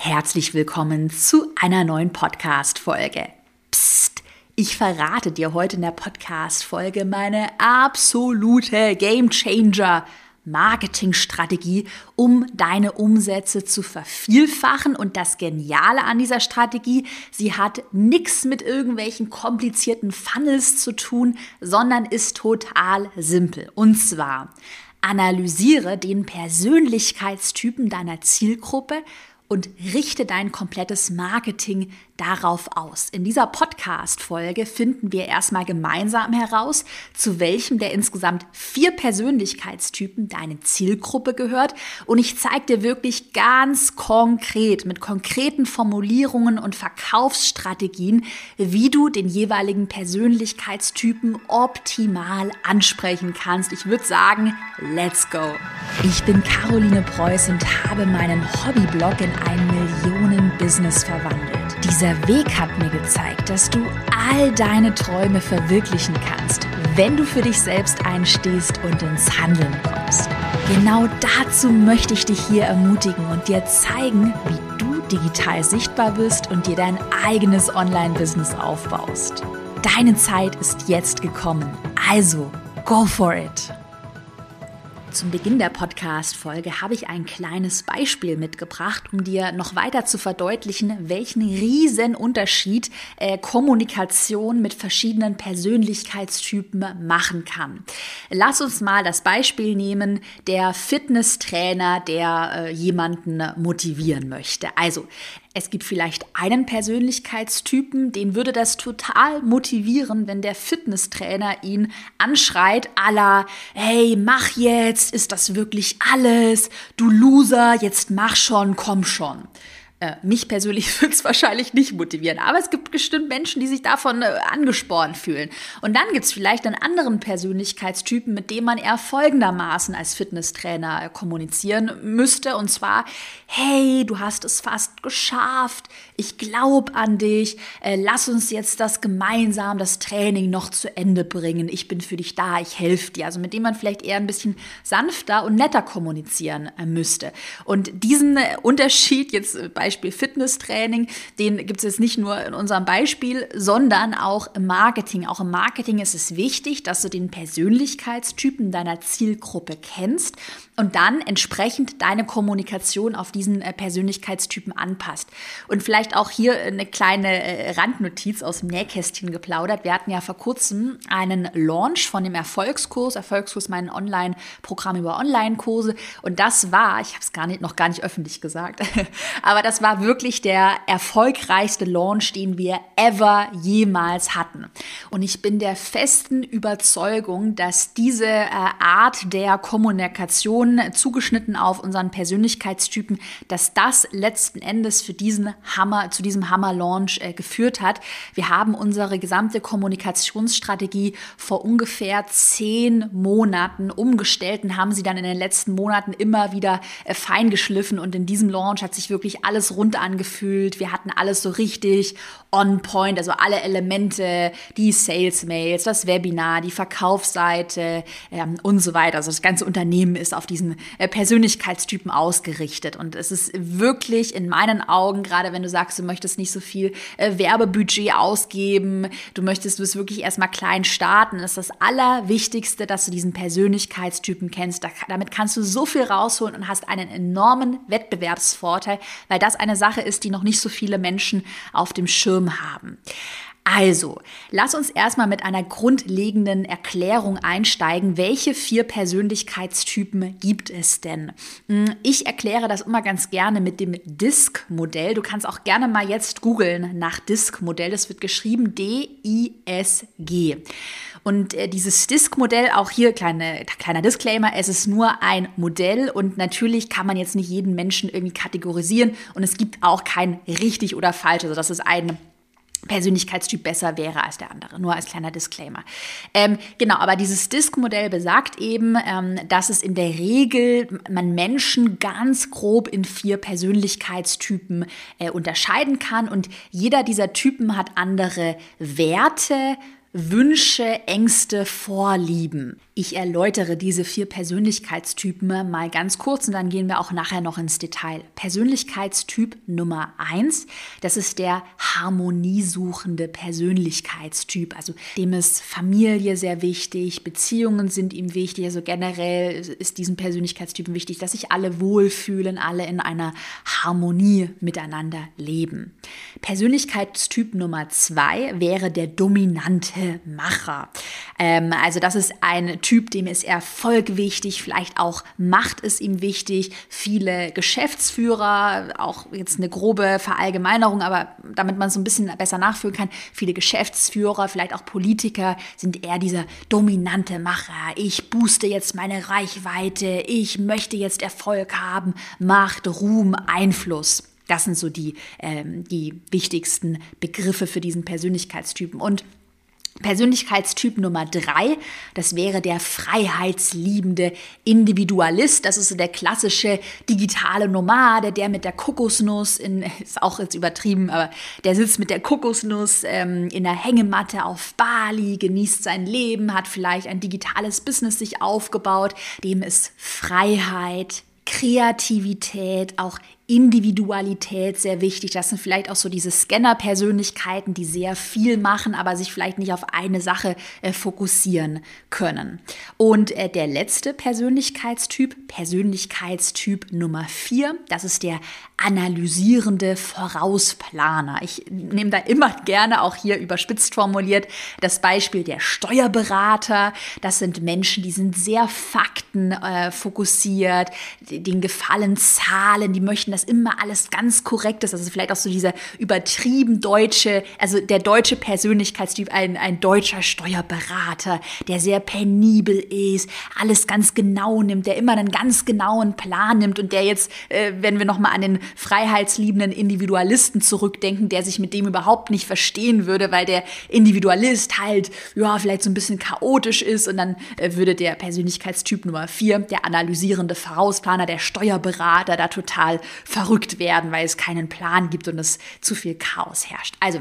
Herzlich willkommen zu einer neuen Podcast-Folge. Psst, ich verrate dir heute in der Podcast-Folge meine absolute Game-Changer-Marketing-Strategie, um deine Umsätze zu vervielfachen. Und das Geniale an dieser Strategie, sie hat nichts mit irgendwelchen komplizierten Funnels zu tun, sondern ist total simpel. Und zwar: analysiere den Persönlichkeitstypen deiner Zielgruppe und richte dein komplettes Marketing darauf aus. In dieser Podcast-Folge finden wir erstmal gemeinsam heraus, zu welchem der insgesamt 4 Persönlichkeitstypen deine Zielgruppe gehört. Und ich zeige dir wirklich ganz konkret, mit konkreten Formulierungen und Verkaufsstrategien, wie du den jeweiligen Persönlichkeitstypen optimal ansprechen kannst. Ich würde sagen, let's go! Ich bin Caroline Preuß und habe meinen Hobbyblog in ein Millionen-Business verwandelt. Dieser Weg hat mir gezeigt, dass du all deine Träume verwirklichen kannst, wenn du für dich selbst einstehst und ins Handeln kommst. Genau dazu möchte ich dich hier ermutigen und dir zeigen, wie du digital sichtbar bist und dir dein eigenes Online-Business aufbaust. Deine Zeit ist jetzt gekommen, also go for it! Zum Beginn der Podcast-Folge habe ich ein kleines Beispiel mitgebracht, um dir noch weiter zu verdeutlichen, welchen riesen Unterschied Kommunikation mit verschiedenen Persönlichkeitstypen machen kann. Lass uns mal das Beispiel nehmen, der Fitnesstrainer, der jemanden motivieren möchte. Also, es gibt vielleicht einen Persönlichkeitstypen, den würde das total motivieren, wenn der Fitnesstrainer ihn anschreit, à la: hey, mach jetzt, ist das wirklich alles? Du Loser, jetzt mach schon, komm schon. Mich persönlich würde es wahrscheinlich nicht motivieren, aber es gibt bestimmt Menschen, die sich davon angespornt fühlen. Und dann gibt es vielleicht einen anderen Persönlichkeitstypen, mit dem man eher folgendermaßen als Fitnesstrainer kommunizieren müsste. Und zwar: hey, du hast es fast geschafft, ich glaube an dich, lass uns jetzt das Training noch zu Ende bringen. Ich bin für dich da, ich helfe dir. Also mit dem man vielleicht eher ein bisschen sanfter und netter kommunizieren müsste. Und diesen Unterschied jetzt Beispiel Fitnesstraining, den gibt es jetzt nicht nur in unserem Beispiel, sondern auch im Marketing. Auch im Marketing ist es wichtig, dass du den Persönlichkeitstypen deiner Zielgruppe kennst und dann entsprechend deine Kommunikation auf diesen Persönlichkeitstypen anpasst. Und vielleicht auch hier eine kleine Randnotiz aus dem Nähkästchen geplaudert. Wir hatten ja vor kurzem einen Launch von dem Erfolgskurs mein Online-Programm über Online-Kurse. Und das war, ich habe es noch gar nicht öffentlich gesagt, aber das war wirklich der erfolgreichste Launch, den wir ever jemals hatten. Und ich bin der festen Überzeugung, dass diese Art der Kommunikation, zugeschnitten auf unseren Persönlichkeitstypen, dass das letzten Endes zu diesem Hammer-Launch geführt hat. Wir haben unsere gesamte Kommunikationsstrategie vor ungefähr 10 Monaten umgestellt und haben sie dann in den letzten Monaten immer wieder feingeschliffen. Und in diesem Launch hat sich wirklich alles rund angefühlt. Wir hatten alles so richtig on point, also alle Elemente, die Sales-Mails, das Webinar, die Verkaufsseite und so weiter. Also das ganze Unternehmen ist auf diesen Persönlichkeitstypen ausgerichtet. Und es ist wirklich in meinen Augen, gerade wenn du sagst, du möchtest nicht so viel Werbebudget ausgeben, du möchtest es wirklich erstmal klein starten, ist das Allerwichtigste, dass du diesen Persönlichkeitstypen kennst. Damit kannst du so viel rausholen und hast einen enormen Wettbewerbsvorteil, weil das eine Sache ist, die noch nicht so viele Menschen auf dem Schirm haben. Also, lass uns erstmal mit einer grundlegenden Erklärung einsteigen. Welche 4 Persönlichkeitstypen gibt es denn? Ich erkläre das immer ganz gerne mit dem DISC-Modell. Du kannst auch gerne mal jetzt googeln nach DISC-Modell. Das wird geschrieben D-I-S-G. Und dieses DISC-Modell, auch hier kleiner Disclaimer, es ist nur ein Modell und natürlich kann man jetzt nicht jeden Menschen irgendwie kategorisieren und es gibt auch kein richtig oder falsch. Also das ist ein Persönlichkeitstyp besser wäre als der andere, nur als kleiner Disclaimer. Genau, aber dieses DISC-Modell besagt eben, dass es in der Regel man Menschen ganz grob in 4 Persönlichkeitstypen unterscheiden kann und jeder dieser Typen hat andere Werte, Wünsche, Ängste, Vorlieben. Ich erläutere diese 4 Persönlichkeitstypen mal ganz kurz und dann gehen wir auch nachher noch ins Detail. Persönlichkeitstyp Nummer 1, das ist der harmoniesuchende Persönlichkeitstyp. Also dem ist Familie sehr wichtig, Beziehungen sind ihm wichtig. Also generell ist diesem Persönlichkeitstypen wichtig, dass sich alle wohlfühlen, alle in einer Harmonie miteinander leben. Persönlichkeitstyp Nummer 2 wäre der dominante Macher. Also das ist ein Typ, dem ist Erfolg wichtig, vielleicht auch Macht ist ihm wichtig. Viele Geschäftsführer, auch jetzt eine grobe Verallgemeinerung, aber damit man es so ein bisschen besser nachfühlen kann, viele Geschäftsführer, vielleicht auch Politiker sind eher dieser dominante Macher. Ich booste jetzt meine Reichweite, ich möchte jetzt Erfolg haben, Macht, Ruhm, Einfluss. Das sind so die wichtigsten Begriffe für diesen Persönlichkeitstypen. Und Persönlichkeitstyp Nummer 3, das wäre der freiheitsliebende Individualist. Das ist so der klassische digitale Nomade, der mit der Kokosnuss, ist auch jetzt übertrieben, aber der sitzt mit der Kokosnuss in der Hängematte auf Bali, genießt sein Leben, hat vielleicht ein digitales Business sich aufgebaut. Dem ist Freiheit, Kreativität, auch Individualität sehr wichtig. Das sind vielleicht auch so diese Scanner-Persönlichkeiten, die sehr viel machen, aber sich vielleicht nicht auf eine Sache fokussieren können. Und der letzte Persönlichkeitstyp Nummer 4, das ist der analysierende Vorausplaner. Ich nehme da immer gerne, auch hier überspitzt formuliert, das Beispiel der Steuerberater. Das sind Menschen, die sind sehr faktenfokussiert, denen gefallen Zahlen, die möchten, dass immer alles ganz korrekt ist. Das ist vielleicht auch so dieser übertrieben deutsche, also der deutsche Persönlichkeitstyp, ein deutscher Steuerberater, der sehr penibel ist, alles ganz genau nimmt, der immer einen ganz genauen Plan nimmt und der jetzt, wenn wir nochmal an den freiheitsliebenden Individualisten zurückdenken, der sich mit dem überhaupt nicht verstehen würde, weil der Individualist halt, ja, vielleicht so ein bisschen chaotisch ist und dann würde der Persönlichkeitstyp Nummer 4, der analysierende Vorausplaner, der Steuerberater, da total verrückt werden, weil es keinen Plan gibt und es zu viel Chaos herrscht. Also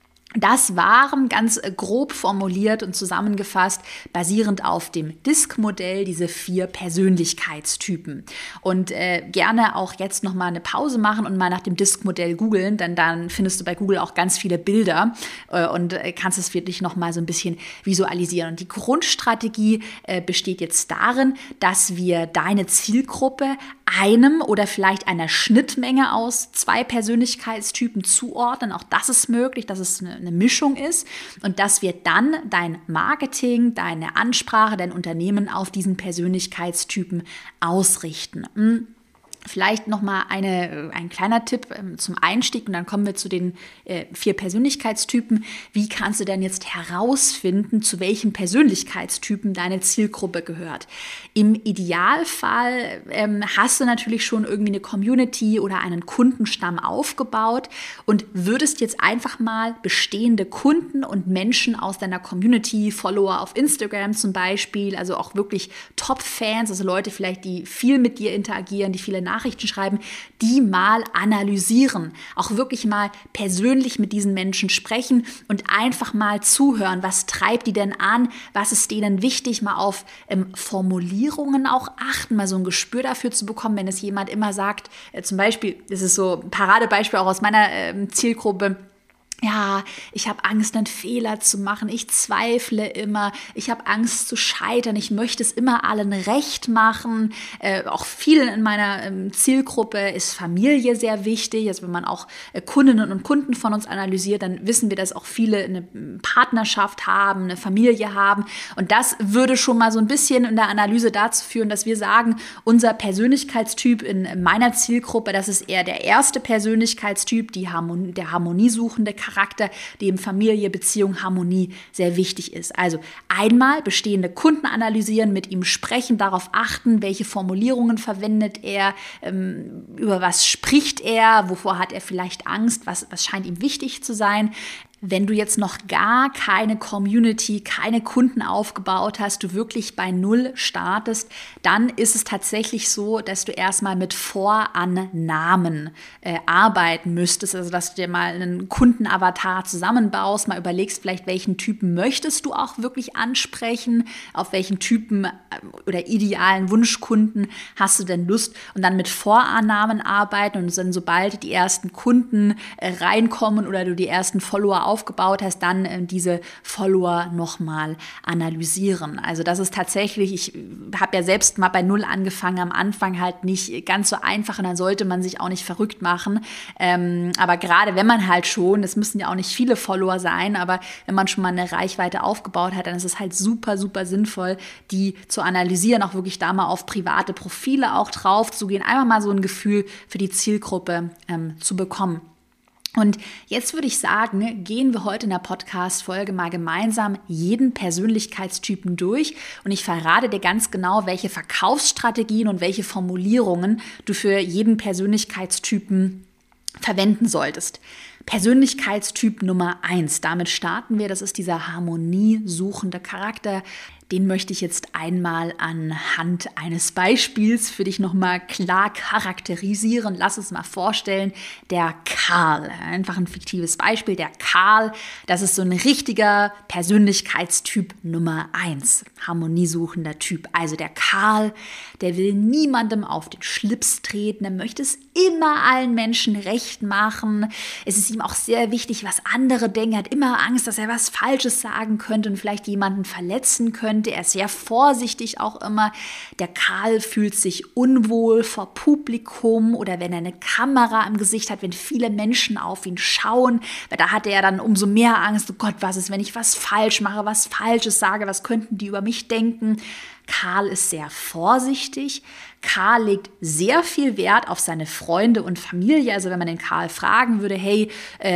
das waren ganz grob formuliert und zusammengefasst, basierend auf dem DISC-Modell, diese 4 Persönlichkeitstypen. Und gerne auch jetzt nochmal eine Pause machen und mal nach dem DISC-Modell googeln, denn dann findest du bei Google auch ganz viele Bilder und kannst es wirklich nochmal so ein bisschen visualisieren. Und die Grundstrategie besteht jetzt darin, dass wir deine Zielgruppe einem oder vielleicht einer Schnittmenge aus 2 Persönlichkeitstypen zuordnen. Auch das ist möglich, dass es eine Mischung ist und dass wir dann dein Marketing, deine Ansprache, dein Unternehmen auf diesen Persönlichkeitstypen ausrichten. Vielleicht nochmal ein kleiner Tipp zum Einstieg und dann kommen wir zu den 4 Persönlichkeitstypen. Wie kannst du denn jetzt herausfinden, zu welchen Persönlichkeitstypen deine Zielgruppe gehört? Im Idealfall hast du natürlich schon irgendwie eine Community oder einen Kundenstamm aufgebaut und würdest jetzt einfach mal bestehende Kunden und Menschen aus deiner Community, Follower auf Instagram zum Beispiel, also auch wirklich Top-Fans, also Leute vielleicht, die viel mit dir interagieren, die viele Nachrichten schreiben, die mal analysieren, auch wirklich mal persönlich mit diesen Menschen sprechen und einfach mal zuhören, was treibt die denn an, was ist denen wichtig, mal auf Formulierungen auch achten, mal so ein Gespür dafür zu bekommen, wenn es jemand immer sagt, zum Beispiel, das ist so ein Paradebeispiel auch aus meiner Zielgruppe, ja, ich habe Angst, einen Fehler zu machen, ich zweifle immer, ich habe Angst zu scheitern, ich möchte es immer allen recht machen. Auch vielen in meiner Zielgruppe ist Familie sehr wichtig. Also wenn man auch Kundinnen und Kunden von uns analysiert, dann wissen wir, dass auch viele eine Partnerschaft haben, eine Familie haben. Und das würde schon mal so ein bisschen in der Analyse dazu führen, dass wir sagen, unser Persönlichkeitstyp in meiner Zielgruppe, das ist eher der erste Persönlichkeitstyp, der harmoniesuchende Charakter, dem Familie, Beziehung, Harmonie sehr wichtig ist. Also einmal bestehende Kunden analysieren, mit ihm sprechen, darauf achten, welche Formulierungen verwendet er, über was spricht er, wovor hat er vielleicht Angst, was scheint ihm wichtig zu sein. Wenn du jetzt noch gar keine Community, keine Kunden aufgebaut hast, du wirklich bei Null startest, dann ist es tatsächlich so, dass du erstmal mit Vorannahmen arbeiten müsstest. Also dass du dir mal einen Kundenavatar zusammenbaust, mal überlegst vielleicht, welchen Typen möchtest du auch wirklich ansprechen, auf welchen Typen oder idealen Wunschkunden hast du denn Lust und dann mit Vorannahmen arbeiten und dann sobald die ersten Kunden reinkommen oder du die ersten Follower aufgebaut hast, dann diese Follower nochmal analysieren. Also das ist tatsächlich, ich habe ja selbst mal bei Null angefangen, am Anfang halt nicht ganz so einfach und dann sollte man sich auch nicht verrückt machen. Aber gerade wenn man halt schon, es müssen ja auch nicht viele Follower sein, aber wenn man schon mal eine Reichweite aufgebaut hat, dann ist es halt super, super sinnvoll, die zu analysieren, auch wirklich da mal auf private Profile auch drauf zu gehen, einfach mal so ein Gefühl für die Zielgruppe zu bekommen. Und jetzt würde ich sagen, gehen wir heute in der Podcast-Folge mal gemeinsam jeden Persönlichkeitstypen durch und ich verrate dir ganz genau, welche Verkaufsstrategien und welche Formulierungen du für jeden Persönlichkeitstypen verwenden solltest. Persönlichkeitstyp Nummer 1, damit starten wir, das ist dieser harmoniesuchende Charakter. Den möchte ich jetzt einmal anhand eines Beispiels für dich nochmal klar charakterisieren. Lass uns mal vorstellen, der Karl, einfach ein fiktives Beispiel, der Karl, das ist so ein richtiger Persönlichkeitstyp Nummer 1, harmoniesuchender Typ. Also der Karl, der will niemandem auf den Schlips treten, er möchte es immer allen Menschen recht machen. Es ist ihm auch sehr wichtig, was andere denken, er hat immer Angst, dass er was Falsches sagen könnte und vielleicht jemanden verletzen könnte. Er ist sehr vorsichtig auch immer. Der Karl fühlt sich unwohl vor Publikum oder wenn er eine Kamera im Gesicht hat, wenn viele Menschen auf ihn schauen. Weil da hat er dann umso mehr Angst. Oh Gott, was ist, wenn ich was falsch mache, was Falsches sage, was könnten die über mich denken? Karl ist sehr vorsichtig. Karl legt sehr viel Wert auf seine Freunde und Familie. Also wenn man den Karl fragen würde, hey,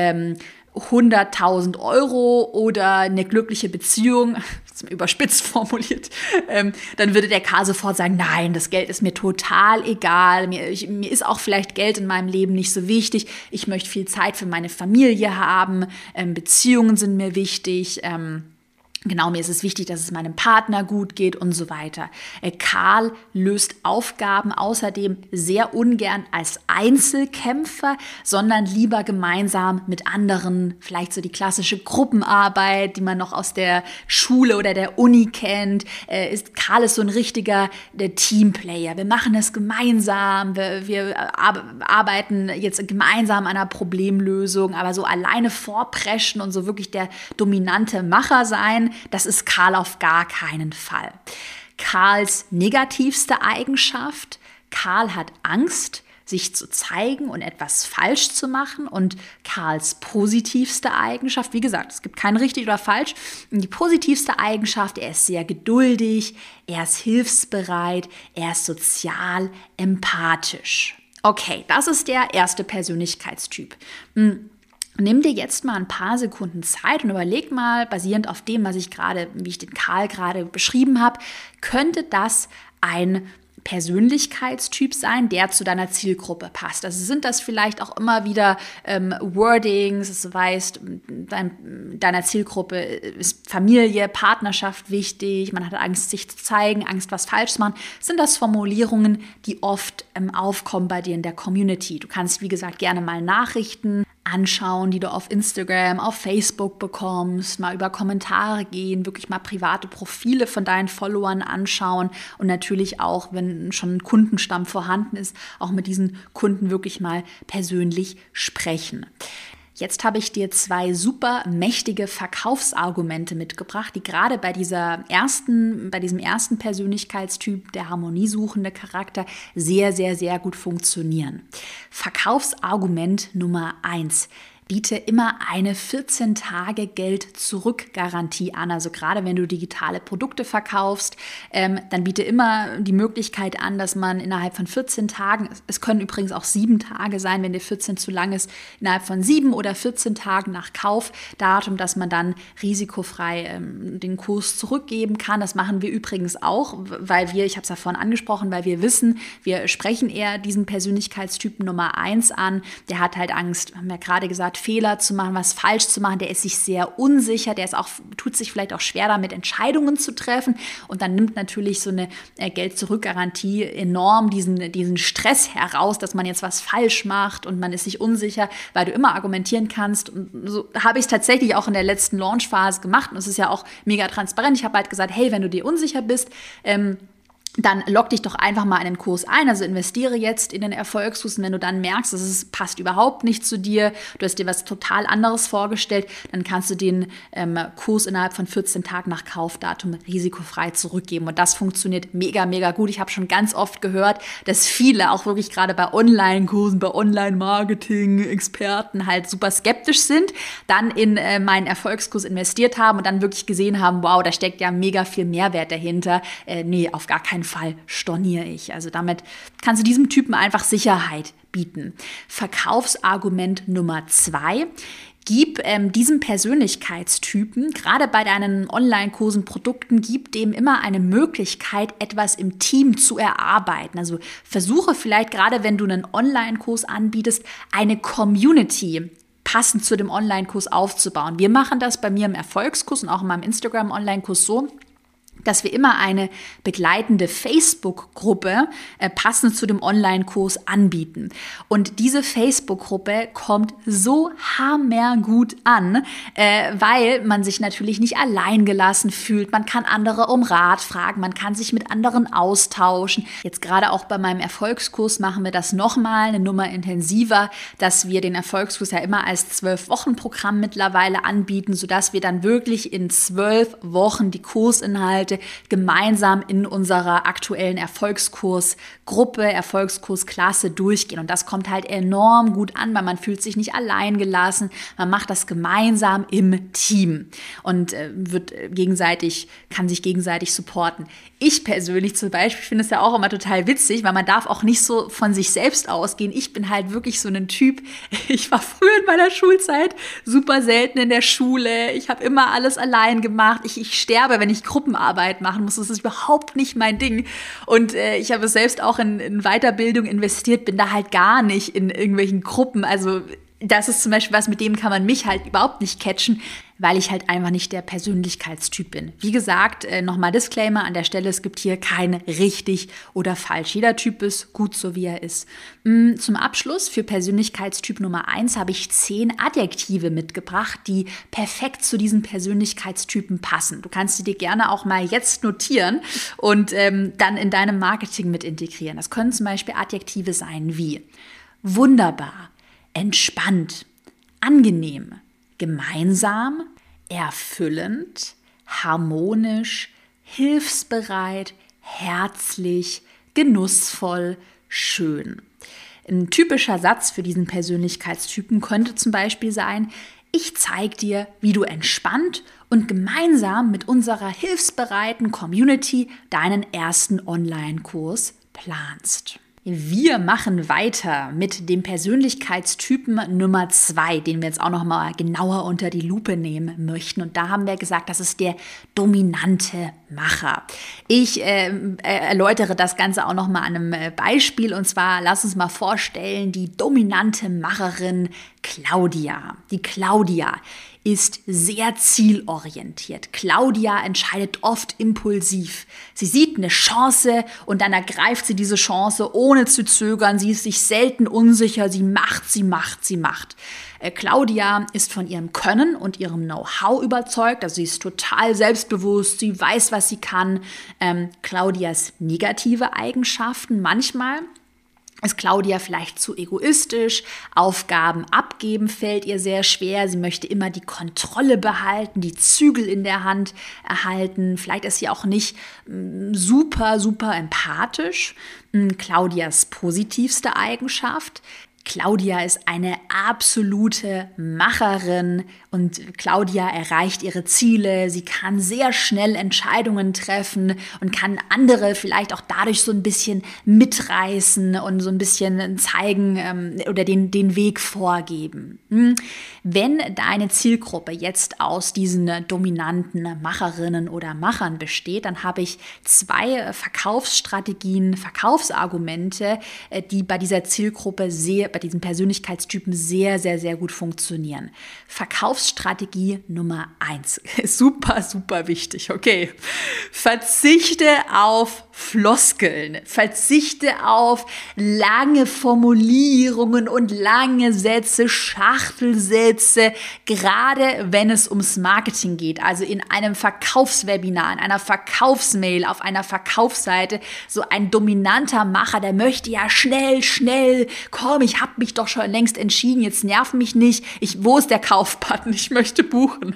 100.000 Euro oder eine glückliche Beziehung, überspitzt formuliert, dann würde der Karl sofort sagen, nein, das Geld ist mir total egal, mir ist auch vielleicht Geld in meinem Leben nicht so wichtig, ich möchte viel Zeit für meine Familie haben, Beziehungen sind mir wichtig, genau, mir ist es wichtig, dass es meinem Partner gut geht und so weiter. Karl löst Aufgaben außerdem sehr ungern als Einzelkämpfer, sondern lieber gemeinsam mit anderen, vielleicht so die klassische Gruppenarbeit, die man noch aus der Schule oder der Uni kennt. Karl ist so ein richtiger Teamplayer. Wir machen es gemeinsam, wir arbeiten jetzt gemeinsam an einer Problemlösung, aber so alleine vorpreschen und so wirklich der dominante Macher sein, das ist Karl auf gar keinen Fall. Karls negativste Eigenschaft: Karl hat Angst, sich zu zeigen und etwas falsch zu machen. Und Karls positivste Eigenschaft, wie gesagt, es gibt kein richtig oder falsch. Die positivste Eigenschaft: er ist sehr geduldig, er ist hilfsbereit, er ist sozial empathisch. Okay, das ist der erste Persönlichkeitstyp. Nimm dir jetzt mal ein paar Sekunden Zeit und überleg mal, basierend auf dem, wie ich den Karl gerade beschrieben habe, könnte das ein Persönlichkeitstyp sein, der zu deiner Zielgruppe passt. Also sind das vielleicht auch immer wieder Wordings, das heißt, deiner Zielgruppe ist Familie, Partnerschaft wichtig, man hat Angst, sich zu zeigen, Angst, was falsch zu machen. Sind das Formulierungen, die oft aufkommen bei dir in der Community? Du kannst, wie gesagt, gerne mal Nachrichten anschauen, die du auf Instagram, auf Facebook bekommst, mal über Kommentare gehen, wirklich mal private Profile von deinen Followern anschauen und natürlich auch, wenn schon ein Kundenstamm vorhanden ist, auch mit diesen Kunden wirklich mal persönlich sprechen. Jetzt habe ich dir 2 super mächtige Verkaufsargumente mitgebracht, die gerade bei diesem ersten Persönlichkeitstyp, der harmoniesuchende Charakter, sehr, sehr, sehr gut funktionieren. Verkaufsargument Nummer 1: Biete immer eine 14-Tage-Geld-Zurück-Garantie an. Also gerade wenn du digitale Produkte verkaufst, dann biete immer die Möglichkeit an, dass man innerhalb von 14 Tagen, es können übrigens auch 7 Tage sein, wenn dir 14 zu lang ist, innerhalb von 7 oder 14 Tagen nach Kaufdatum, dass man dann risikofrei den Kurs zurückgeben kann. Das machen wir übrigens auch, weil ich habe es ja vorhin angesprochen, weil wir wissen, wir sprechen eher diesen Persönlichkeitstypen Nummer 1 an. Der hat halt Angst, haben wir gerade gesagt, Fehler zu machen, was falsch zu machen, der ist sich sehr unsicher, tut sich vielleicht auch schwer damit, Entscheidungen zu treffen und dann nimmt natürlich so eine Geld-Zurück-Garantie enorm diesen Stress heraus, dass man jetzt was falsch macht und man ist sich unsicher, weil du immer argumentieren kannst und so habe ich es tatsächlich auch in der letzten Launchphase gemacht und es ist ja auch mega transparent. Ich habe halt gesagt, hey, wenn du dir unsicher bist, dann log dich doch einfach mal in den Kurs ein, also investiere jetzt in den Erfolgskurs und wenn du dann merkst, dass es passt überhaupt nicht zu dir, du hast dir was total anderes vorgestellt, dann kannst du den Kurs innerhalb von 14 Tagen nach Kaufdatum risikofrei zurückgeben und das funktioniert mega, mega gut. Ich habe schon ganz oft gehört, dass viele auch wirklich gerade bei Online-Kursen, bei Online-Marketing-Experten halt super skeptisch sind, dann in meinen Erfolgskurs investiert haben und dann wirklich gesehen haben, wow, da steckt ja mega viel Mehrwert dahinter. Nee, auf gar keinen Fall storniere ich. Also damit kannst du diesem Typen einfach Sicherheit bieten. Verkaufsargument Nummer 2. Gib diesem Persönlichkeitstypen, gerade bei deinen Online-Kursen, Produkten, gib dem immer eine Möglichkeit, etwas im Team zu erarbeiten. Also versuche vielleicht, gerade wenn du einen Online-Kurs anbietest, eine Community passend zu dem Online-Kurs aufzubauen. Wir machen das bei mir im Erfolgskurs und auch in meinem Instagram-Online-Kurs so, dass wir immer eine begleitende Facebook-Gruppe passend zu dem Online-Kurs anbieten. Und diese Facebook-Gruppe kommt so hammergut an, weil man sich natürlich nicht allein gelassen fühlt. Man kann andere um Rat fragen, man kann sich mit anderen austauschen. Jetzt gerade auch bei meinem Erfolgskurs machen wir das nochmal eine Nummer intensiver, dass wir den Erfolgskurs ja immer als 12-Wochen-Programm mittlerweile anbieten, sodass wir dann wirklich in 12 Wochen die Kursinhalte gemeinsam in unserer aktuellen Erfolgskursgruppe, Erfolgskursklasse durchgehen. Und das kommt halt enorm gut an, weil man fühlt sich nicht allein gelassen. Man macht das gemeinsam im Team und kann sich gegenseitig supporten. Ich persönlich zum Beispiel finde es ja auch immer total witzig, weil man darf auch nicht so von sich selbst ausgehen. Ich bin halt wirklich so ein Typ. Ich war früher in meiner Schulzeit super selten in der Schule. Ich habe immer alles allein gemacht. Ich sterbe, wenn ich Gruppenarbeit machen muss. Das ist überhaupt nicht mein Ding. Und ich habe selbst auch in Weiterbildung investiert, bin da halt gar nicht in irgendwelchen Gruppen. Also das ist zum Beispiel was, mit dem kann man mich halt überhaupt nicht catchen, weil ich halt einfach nicht der Persönlichkeitstyp bin. Wie gesagt, nochmal Disclaimer an der Stelle, es gibt hier kein richtig oder falsch. Jeder Typ ist gut so, wie er ist. Zum Abschluss für Persönlichkeitstyp Nummer 1 habe ich 10 Adjektive mitgebracht, die perfekt zu diesen Persönlichkeitstypen passen. Du kannst sie dir gerne auch mal jetzt notieren und dann in deinem Marketing mit integrieren. Das können zum Beispiel Adjektive sein wie wunderbar, entspannt, angenehm, gemeinsam, erfüllend, harmonisch, hilfsbereit, herzlich, genussvoll, schön. Ein typischer Satz für diesen Persönlichkeitstypen könnte zum Beispiel sein: Ich zeige dir, wie du entspannt und gemeinsam mit unserer hilfsbereiten Community deinen ersten Online-Kurs planst. Wir machen weiter mit dem Persönlichkeitstypen Nummer 2, den wir jetzt auch noch mal genauer unter die Lupe nehmen möchten. Und da haben wir gesagt, das ist der dominante Macher. Ich erläutere das Ganze auch noch mal an einem Beispiel. Und zwar, lass uns mal vorstellen, die dominante Macherin Claudia. Die Claudia ist sehr zielorientiert. Claudia entscheidet oft impulsiv. Sie sieht eine Chance und dann ergreift sie diese Chance ohne zu zögern. Sie ist sich selten unsicher. Sie macht. Claudia ist von ihrem Können und ihrem Know-how überzeugt. Also sie ist total selbstbewusst. Sie weiß, was sie kann. Claudias negative Eigenschaften: Manchmal ist Claudia vielleicht zu egoistisch, Aufgaben abgeben fällt ihr sehr schwer, sie möchte immer die Kontrolle behalten, die Zügel in der Hand erhalten, vielleicht ist sie auch nicht super empathisch. Claudias positivste Eigenschaft: Claudia ist eine absolute Macherin und Claudia erreicht ihre Ziele. Sie kann sehr schnell Entscheidungen treffen und kann andere vielleicht auch dadurch so ein bisschen mitreißen und so ein bisschen zeigen oder den Weg vorgeben. Wenn deine Zielgruppe jetzt aus diesen dominanten Macherinnen oder Machern besteht, dann habe ich 2 Verkaufsstrategien, Verkaufsargumente, die bei dieser Zielgruppe bei diesen Persönlichkeitstypen sehr, sehr, sehr gut funktionieren. Verkaufsstrategie Nummer 1. Super, super wichtig. Okay. Verzichte auf Floskeln. Verzichte auf lange Formulierungen und lange Sätze, Schachtelsätze, gerade wenn es ums Marketing geht. Also in einem Verkaufswebinar, in einer Verkaufsmail, auf einer Verkaufsseite, so ein dominanter Macher, der möchte ja schnell, komm, ich habe mich doch schon längst entschieden, jetzt nerv mich nicht, wo ist der Kaufbutton, ich möchte buchen.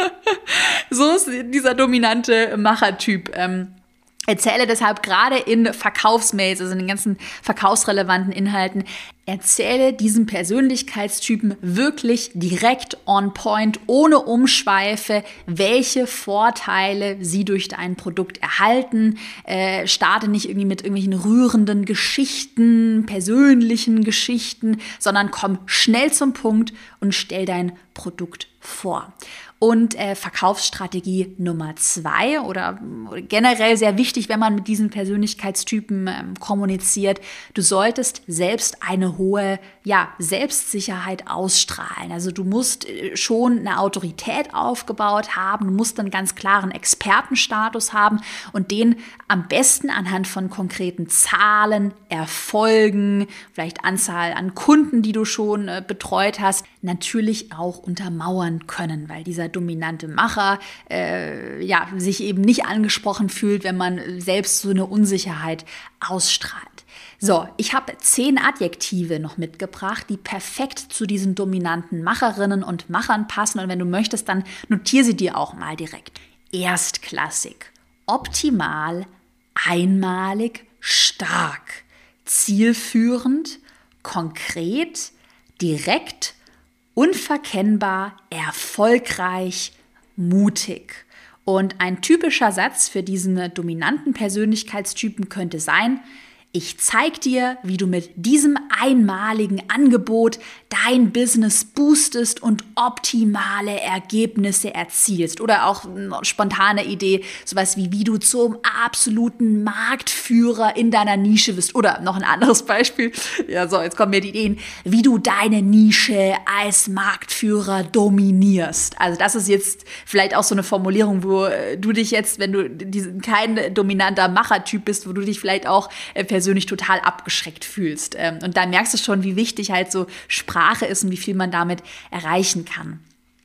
So ist dieser dominante Machertyp. Erzähle deshalb gerade in Verkaufsmails, also in den ganzen verkaufsrelevanten Inhalten, erzähle diesem Persönlichkeitstypen wirklich direkt on point, ohne Umschweife, welche Vorteile sie durch dein Produkt erhalten. Starte nicht irgendwie mit irgendwelchen rührenden Geschichten, persönlichen Geschichten, sondern komm schnell zum Punkt und stell dein Produkt vor. Und Verkaufsstrategie Nummer 2 oder generell sehr wichtig, wenn man mit diesen Persönlichkeitstypen kommuniziert, du solltest selbst eine hohe Selbstsicherheit ausstrahlen. Also du musst schon eine Autorität aufgebaut haben, du musst einen ganz klaren Expertenstatus haben und den am besten anhand von konkreten Zahlen, Erfolgen, vielleicht Anzahl an Kunden, die du schon betreut hast, natürlich auch untermauern können, weil dieser dominante Macher sich eben nicht angesprochen fühlt, wenn man selbst so eine Unsicherheit ausstrahlt. So, ich habe 10 Adjektive noch mitgebracht, die perfekt zu diesen dominanten Macherinnen und Machern passen. Und wenn du möchtest, dann notiere sie dir auch mal direkt. Erstklassig, optimal, einmalig, stark, zielführend, konkret, direkt, unverkennbar, erfolgreich, mutig. Und ein typischer Satz für diesen dominanten Persönlichkeitstypen könnte sein: Ich zeig dir, wie du mit diesem einmaligen Angebot dein Business boostest und optimale Ergebnisse erzielst. Oder auch eine spontane Idee, sowas wie du zum absoluten Marktführer in deiner Nische wirst. Oder noch ein anderes Beispiel, jetzt kommen mir die Ideen, wie du deine Nische als Marktführer dominierst. Also das ist jetzt vielleicht auch so eine Formulierung, wo du dich jetzt, wenn du kein dominanter Machertyp bist, wo du dich vielleicht auch persönlich total abgeschreckt fühlst. Und da merkst du schon, wie wichtig halt so Sprache ist und wie viel man damit erreichen kann.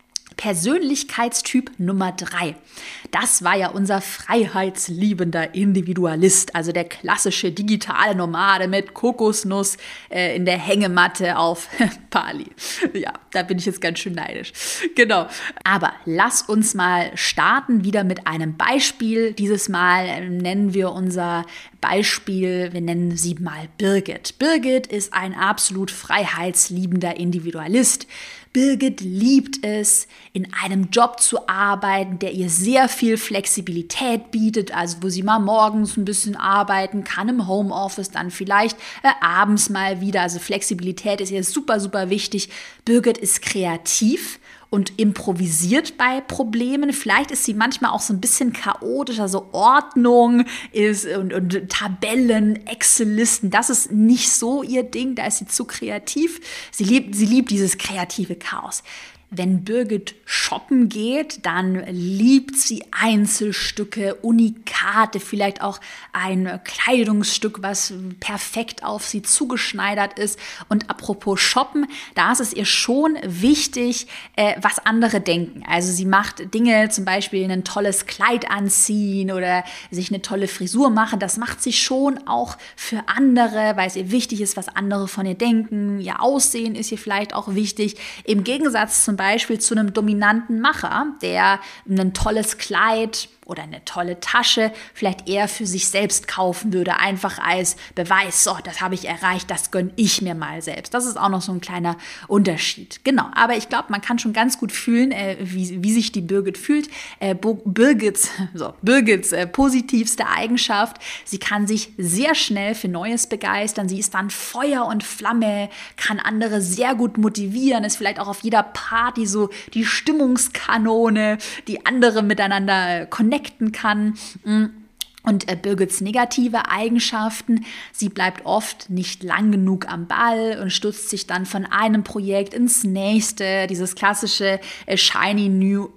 Persönlichkeitstyp Nummer 3. Das war ja unser freiheitsliebender Individualist, also der klassische digitale Nomade mit Kokosnuss in der Hängematte auf Bali. Ja, da bin ich jetzt ganz schön neidisch. Genau. Aber lass uns mal starten wieder mit einem Beispiel. Dieses Mal nennen wir unser Beispiel, wir nennen sie mal Birgit. Birgit ist ein absolut freiheitsliebender Individualist. Birgit liebt es, in einem Job zu arbeiten, der ihr sehr viel Flexibilität bietet, also wo sie mal morgens ein bisschen arbeiten kann, im Homeoffice, dann vielleicht abends mal wieder. Also Flexibilität ist ihr super, super wichtig. Birgit ist kreativ und improvisiert bei Problemen. Vielleicht ist sie manchmal auch so ein bisschen chaotisch, also Ordnung ist und Tabellen, Excel-Listen, das ist nicht so ihr Ding, da ist sie zu kreativ. Sie liebt dieses kreative Chaos. Wenn Birgit shoppen geht, dann liebt sie Einzelstücke, Unikate, vielleicht auch ein Kleidungsstück, was perfekt auf sie zugeschneidert ist. Und apropos shoppen, da ist es ihr schon wichtig, was andere denken. Also sie macht Dinge, zum Beispiel ein tolles Kleid anziehen oder sich eine tolle Frisur machen. Das macht sie schon auch für andere, weil es ihr wichtig ist, was andere von ihr denken. Ihr Aussehen ist ihr vielleicht auch wichtig. Im Gegensatz zum Beispiel zu einem dominanten Macher, der ein tolles Kleid oder eine tolle Tasche vielleicht eher für sich selbst kaufen würde, einfach als Beweis, so, das habe ich erreicht, das gönne ich mir mal selbst. Das ist auch noch so ein kleiner Unterschied. Genau, aber ich glaube, man kann schon ganz gut fühlen, wie sich die Birgit fühlt. Birgits positivste Eigenschaft, sie kann sich sehr schnell für Neues begeistern, sie ist dann Feuer und Flamme, kann andere sehr gut motivieren, ist vielleicht auch auf jeder Party so die Stimmungskanone, die andere miteinander connecten kann. Und Birgits negative Eigenschaften: Sie bleibt oft nicht lang genug am Ball und stürzt sich dann von einem Projekt ins nächste. Dieses klassische Shiny New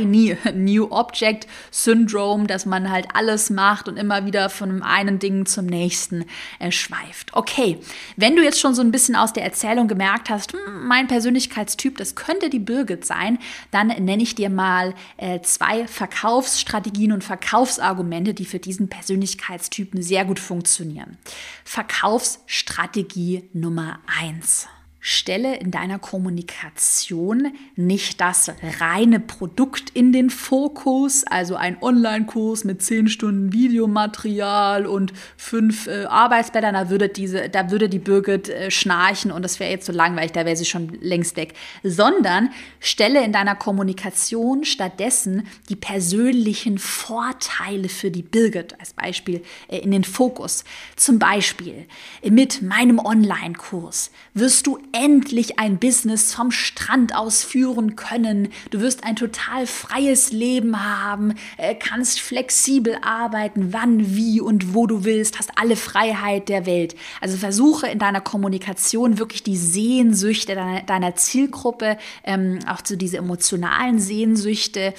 Object Syndrome, dass man halt alles macht und immer wieder von einem Ding zum nächsten schweift. Okay, wenn du jetzt schon so ein bisschen aus der Erzählung gemerkt hast, mein Persönlichkeitstyp, das könnte die Birgit sein, dann nenne ich dir mal 2 Verkaufsstrategien und Verkaufsargumente, die für diesen Persönlichkeitstypen sehr gut funktionieren. Verkaufsstrategie Nummer 1. Stelle in deiner Kommunikation nicht das reine Produkt in den Fokus, also ein Online-Kurs mit 10 Stunden Videomaterial und 5 Arbeitsblättern, da würde die Birgit schnarchen und das wäre jetzt so langweilig, da wäre sie schon längst weg. Sondern stelle in deiner Kommunikation stattdessen die persönlichen Vorteile für die Birgit als Beispiel in den Fokus. Zum Beispiel mit meinem Online-Kurs wirst du endlich ein Business vom Strand aus führen können. Du wirst ein total freies Leben haben, kannst flexibel arbeiten, wann, wie und wo du willst, hast alle Freiheit der Welt. Also versuche in deiner Kommunikation wirklich die Sehnsüchte deiner Zielgruppe, auch so diese emotionalen Sehnsüchte,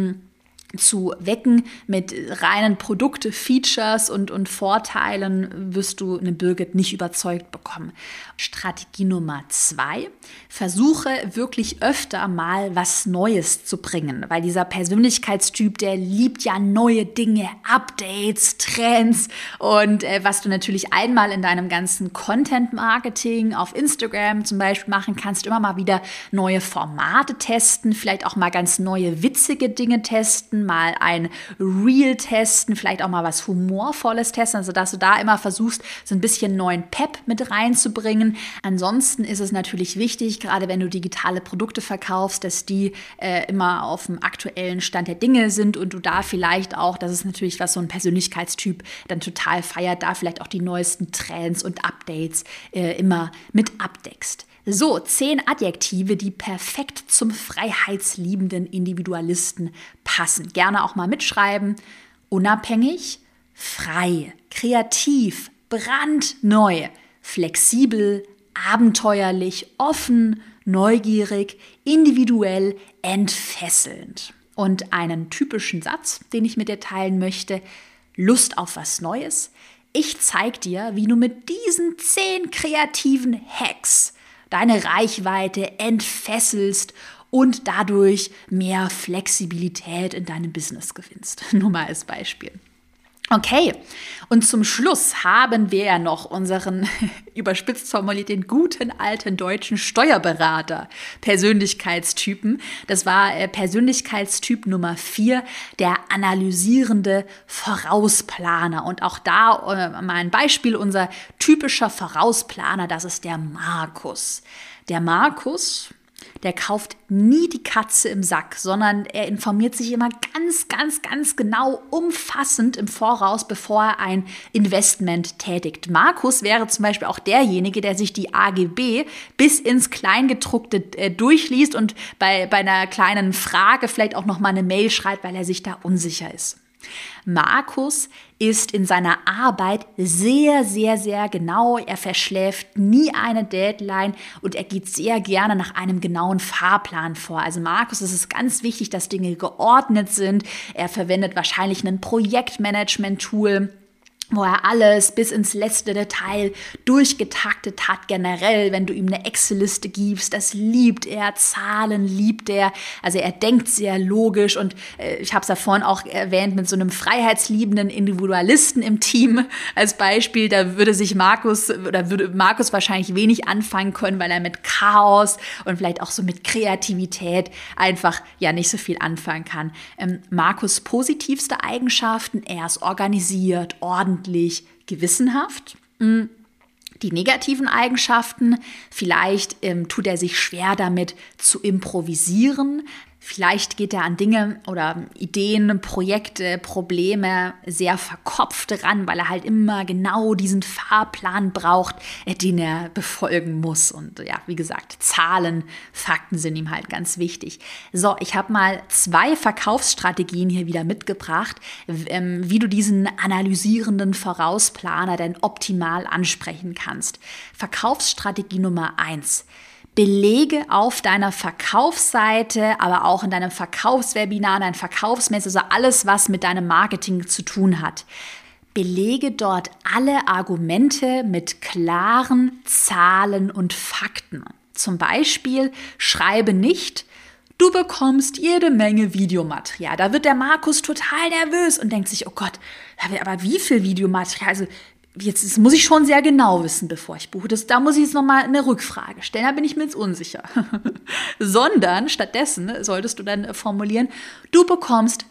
zu wecken. Mit reinen Produkte, Features und Vorteilen wirst du eine Birgit nicht überzeugt bekommen. Strategie Nummer 2: Versuche wirklich öfter mal was Neues zu bringen, weil dieser Persönlichkeitstyp, der liebt ja neue Dinge, Updates, Trends und was du natürlich einmal in deinem ganzen Content-Marketing auf Instagram zum Beispiel machen kannst, immer mal wieder neue Formate testen, vielleicht auch mal ganz neue witzige Dinge testen, mal ein Reel testen, vielleicht auch mal was Humorvolles testen, also dass du da immer versuchst, so ein bisschen neuen Pep mit reinzubringen. Ansonsten ist es natürlich wichtig, gerade wenn du digitale Produkte verkaufst, dass die immer auf dem aktuellen Stand der Dinge sind und du da vielleicht auch, das ist natürlich was so ein Persönlichkeitstyp dann total feiert, da vielleicht auch die neuesten Trends und Updates immer mit abdeckst. So, 10 Adjektive, die perfekt zum freiheitsliebenden Individualisten passen. Gerne auch mal mitschreiben. Unabhängig, frei, kreativ, brandneu, flexibel, abenteuerlich, offen, neugierig, individuell, entfesselnd. Und einen typischen Satz, den ich mit dir teilen möchte: Lust auf was Neues? Ich zeig dir, wie du mit diesen 10 kreativen Hacks deine Reichweite entfesselst und dadurch mehr Flexibilität in deinem Business gewinnst. Nur mal als Beispiel. Okay, und zum Schluss haben wir ja noch unseren, überspitzt formuliert, den guten alten deutschen Steuerberater Persönlichkeitstypen. Das war Persönlichkeitstyp Nummer 4, der analysierende Vorausplaner. Und auch da mal ein Beispiel, unser typischer Vorausplaner, das ist der Markus. Der Markus, der kauft nie die Katze im Sack, sondern er informiert sich immer ganz genau, umfassend im Voraus, bevor er ein Investment tätigt. Markus wäre zum Beispiel auch derjenige, der sich die AGB bis ins Kleingedruckte durchliest und bei einer kleinen Frage vielleicht auch noch mal eine Mail schreibt, weil er sich da unsicher ist. Markus ist in seiner Arbeit sehr genau. Er verschläft nie eine Deadline und er geht sehr gerne nach einem genauen Fahrplan vor. Also Markus, es ist ganz wichtig, dass Dinge geordnet sind. Er verwendet wahrscheinlich ein Projektmanagement-Tool, wo er alles bis ins letzte Detail durchgetaktet hat. Generell, wenn du ihm eine Excel-Liste gibst, das liebt er, Zahlen liebt er. Also er denkt sehr logisch und ich habe es ja vorhin auch erwähnt, mit so einem freiheitsliebenden Individualisten im Team als Beispiel, da würde Markus wahrscheinlich wenig anfangen können, weil er mit Chaos und vielleicht auch so mit Kreativität einfach ja nicht so viel anfangen kann. Markus' positivste Eigenschaften: Er ist organisiert, ordentlich, gewissenhaft. Die negativen Eigenschaften: Vielleicht tut er sich schwer damit zu improvisieren. Vielleicht geht er an Dinge oder Ideen, Projekte, Probleme sehr verkopft ran, weil er halt immer genau diesen Fahrplan braucht, den er befolgen muss. Und ja, wie gesagt, Zahlen, Fakten sind ihm halt ganz wichtig. So, ich habe mal 2 Verkaufsstrategien hier wieder mitgebracht, wie du diesen analysierenden Vorausplaner denn optimal ansprechen kannst. Verkaufsstrategie Nummer 1. Belege auf deiner Verkaufsseite, aber auch in deinem Verkaufswebinar, dein Verkaufsmesse, also alles, was mit deinem Marketing zu tun hat. Belege dort alle Argumente mit klaren Zahlen und Fakten. Zum Beispiel schreibe nicht: Du bekommst jede Menge Videomaterial. Da wird der Markus total nervös und denkt sich: Oh Gott, aber wie viel Videomaterial? Also jetzt muss ich schon sehr genau wissen, bevor ich buche. Da muss ich jetzt nochmal eine Rückfrage stellen, da bin ich mir jetzt unsicher. Sondern stattdessen solltest du dann formulieren: Du bekommst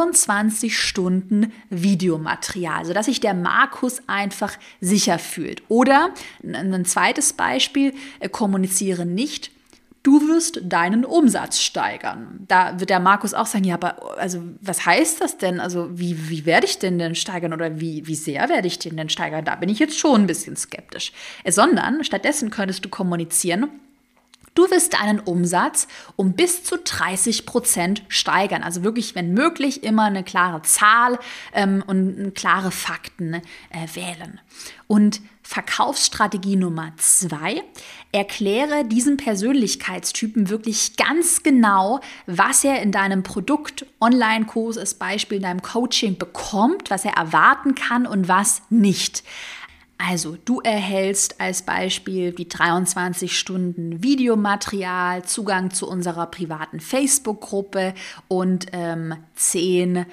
23 Stunden Videomaterial, sodass sich der Markus einfach sicher fühlt. Oder ein zweites Beispiel: Kommuniziere nicht: Du wirst deinen Umsatz steigern. Da wird der Markus auch sagen: Ja, aber also was heißt das denn? Also wie werde ich denn steigern oder wie sehr werde ich den denn steigern? Da bin ich jetzt schon ein bisschen skeptisch. Sondern stattdessen könntest du kommunizieren: Du wirst deinen Umsatz um bis zu 30% steigern. Also wirklich, wenn möglich, immer eine klare Zahl und klare Fakten wählen. Und Verkaufsstrategie Nummer 2, erkläre diesem Persönlichkeitstypen wirklich ganz genau, was er in deinem Produkt, Online-Kurs als Beispiel, in deinem Coaching bekommt, was er erwarten kann und was nicht. Also du erhältst als Beispiel die 23 Stunden Videomaterial, Zugang zu unserer privaten Facebook-Gruppe und 10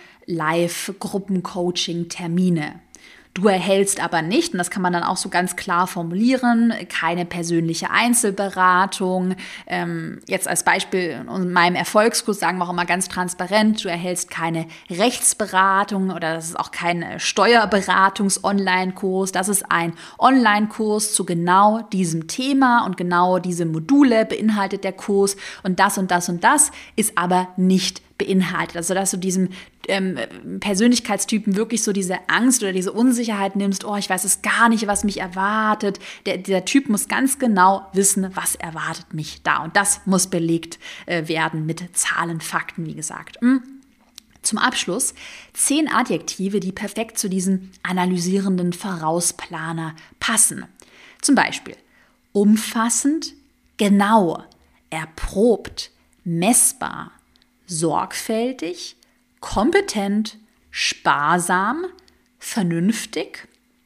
Live-Gruppen-Coaching-Termine. Du erhältst aber nicht, und das kann man dann auch so ganz klar formulieren, keine persönliche Einzelberatung. Jetzt als Beispiel in meinem Erfolgskurs sagen wir auch immer ganz transparent: Du erhältst keine Rechtsberatung oder das ist auch kein Steuerberatungs-Online-Kurs. Das ist ein Online-Kurs zu genau diesem Thema und genau diese Module beinhaltet der Kurs und das und das und das ist aber nicht beinhaltet. Also dass du diesem Persönlichkeitstypen wirklich so diese Angst oder diese Unsicherheit nimmst: Oh, ich weiß es gar nicht, was mich erwartet. Der Typ muss ganz genau wissen, was erwartet mich da. Und das muss belegt werden mit Zahlen, Fakten, wie gesagt. Zum Abschluss 10 Adjektive, die perfekt zu diesem analysierenden Vorausplaner passen. Zum Beispiel umfassend, genau, erprobt, messbar, sorgfältig, kompetent, sparsam, vernünftig,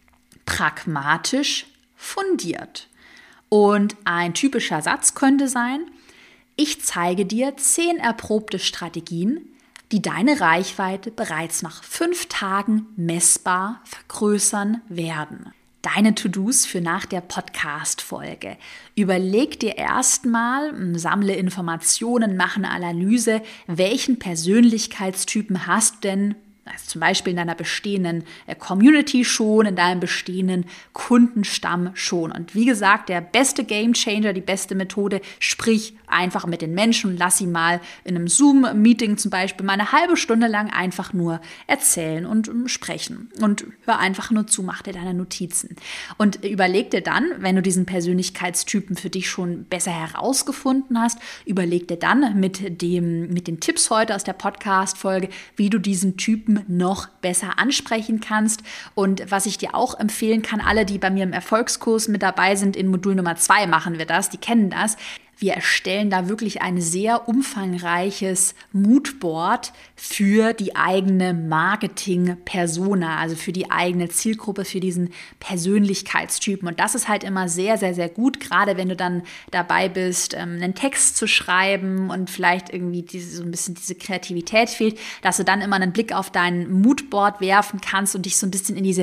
pragmatisch, fundiert. Und ein typischer Satz könnte sein: Ich zeige dir 10 erprobte Strategien, die deine Reichweite bereits nach 5 Tagen messbar vergrößern werden. Deine To-Dos für nach der Podcast-Folge. Überleg dir erstmal, sammle Informationen, mach eine Analyse, welchen Persönlichkeitstypen hast du denn, also zum Beispiel in deiner bestehenden Community schon, in deinem bestehenden Kundenstamm schon. Und wie gesagt, der beste Gamechanger, die beste Methode: Sprich einfach mit den Menschen und lass sie mal in einem Zoom-Meeting zum Beispiel mal eine halbe Stunde lang einfach nur erzählen und sprechen. Und hör einfach nur zu, mach dir deine Notizen. Und überleg dir dann, wenn du diesen Persönlichkeitstypen für dich schon besser herausgefunden hast, überleg dir dann mit den Tipps heute aus der Podcast-Folge, wie du diesen Typen noch besser ansprechen kannst. Und was ich dir auch empfehlen kann, alle, die bei mir im Erfolgskurs mit dabei sind, in Modul Nummer 2 machen wir das, die kennen das. Wir erstellen da wirklich ein sehr umfangreiches Moodboard für die eigene Marketing-Persona, also für die eigene Zielgruppe, für diesen Persönlichkeitstypen. Und das ist halt immer sehr, sehr, sehr gut, gerade wenn du dann dabei bist, einen Text zu schreiben und vielleicht irgendwie so ein bisschen diese Kreativität fehlt, dass du dann immer einen Blick auf dein Moodboard werfen kannst und dich so ein bisschen in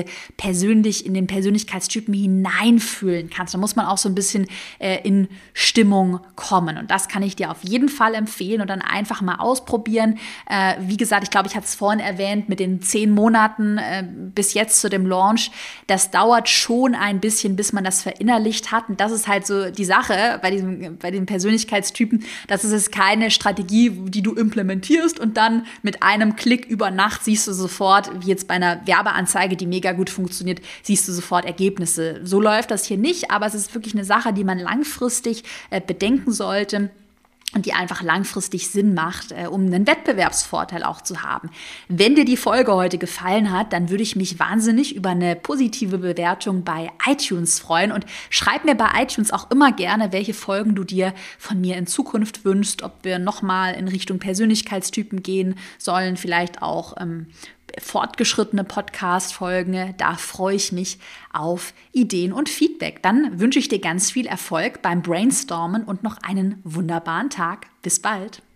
den Persönlichkeitstypen hineinfühlen kannst. Da muss man auch so ein bisschen in Stimmung kommen. Und das kann ich dir auf jeden Fall empfehlen und dann einfach mal ausprobieren. Wie gesagt, ich glaube, ich hatte es vorhin erwähnt, mit den 10 Monaten bis jetzt zu dem Launch, das dauert schon ein bisschen, bis man das verinnerlicht hat. Und das ist halt so die Sache bei den Persönlichkeitstypen, das ist keine Strategie, die du implementierst und dann mit einem Klick über Nacht siehst du sofort, wie jetzt bei einer Werbeanzeige, die mega gut funktioniert, siehst du sofort Ergebnisse. So läuft das hier nicht, aber es ist wirklich eine Sache, die man langfristig bedenken sollte und die einfach langfristig Sinn macht, um einen Wettbewerbsvorteil auch zu haben. Wenn dir die Folge heute gefallen hat, dann würde ich mich wahnsinnig über eine positive Bewertung bei iTunes freuen und schreib mir bei iTunes auch immer gerne, welche Folgen du dir von mir in Zukunft wünschst, ob wir nochmal in Richtung Persönlichkeitstypen gehen sollen, vielleicht auch fortgeschrittene Podcast-Folgen. Da freue ich mich auf Ideen und Feedback. Dann wünsche ich dir ganz viel Erfolg beim Brainstormen und noch einen wunderbaren Tag. Bis bald.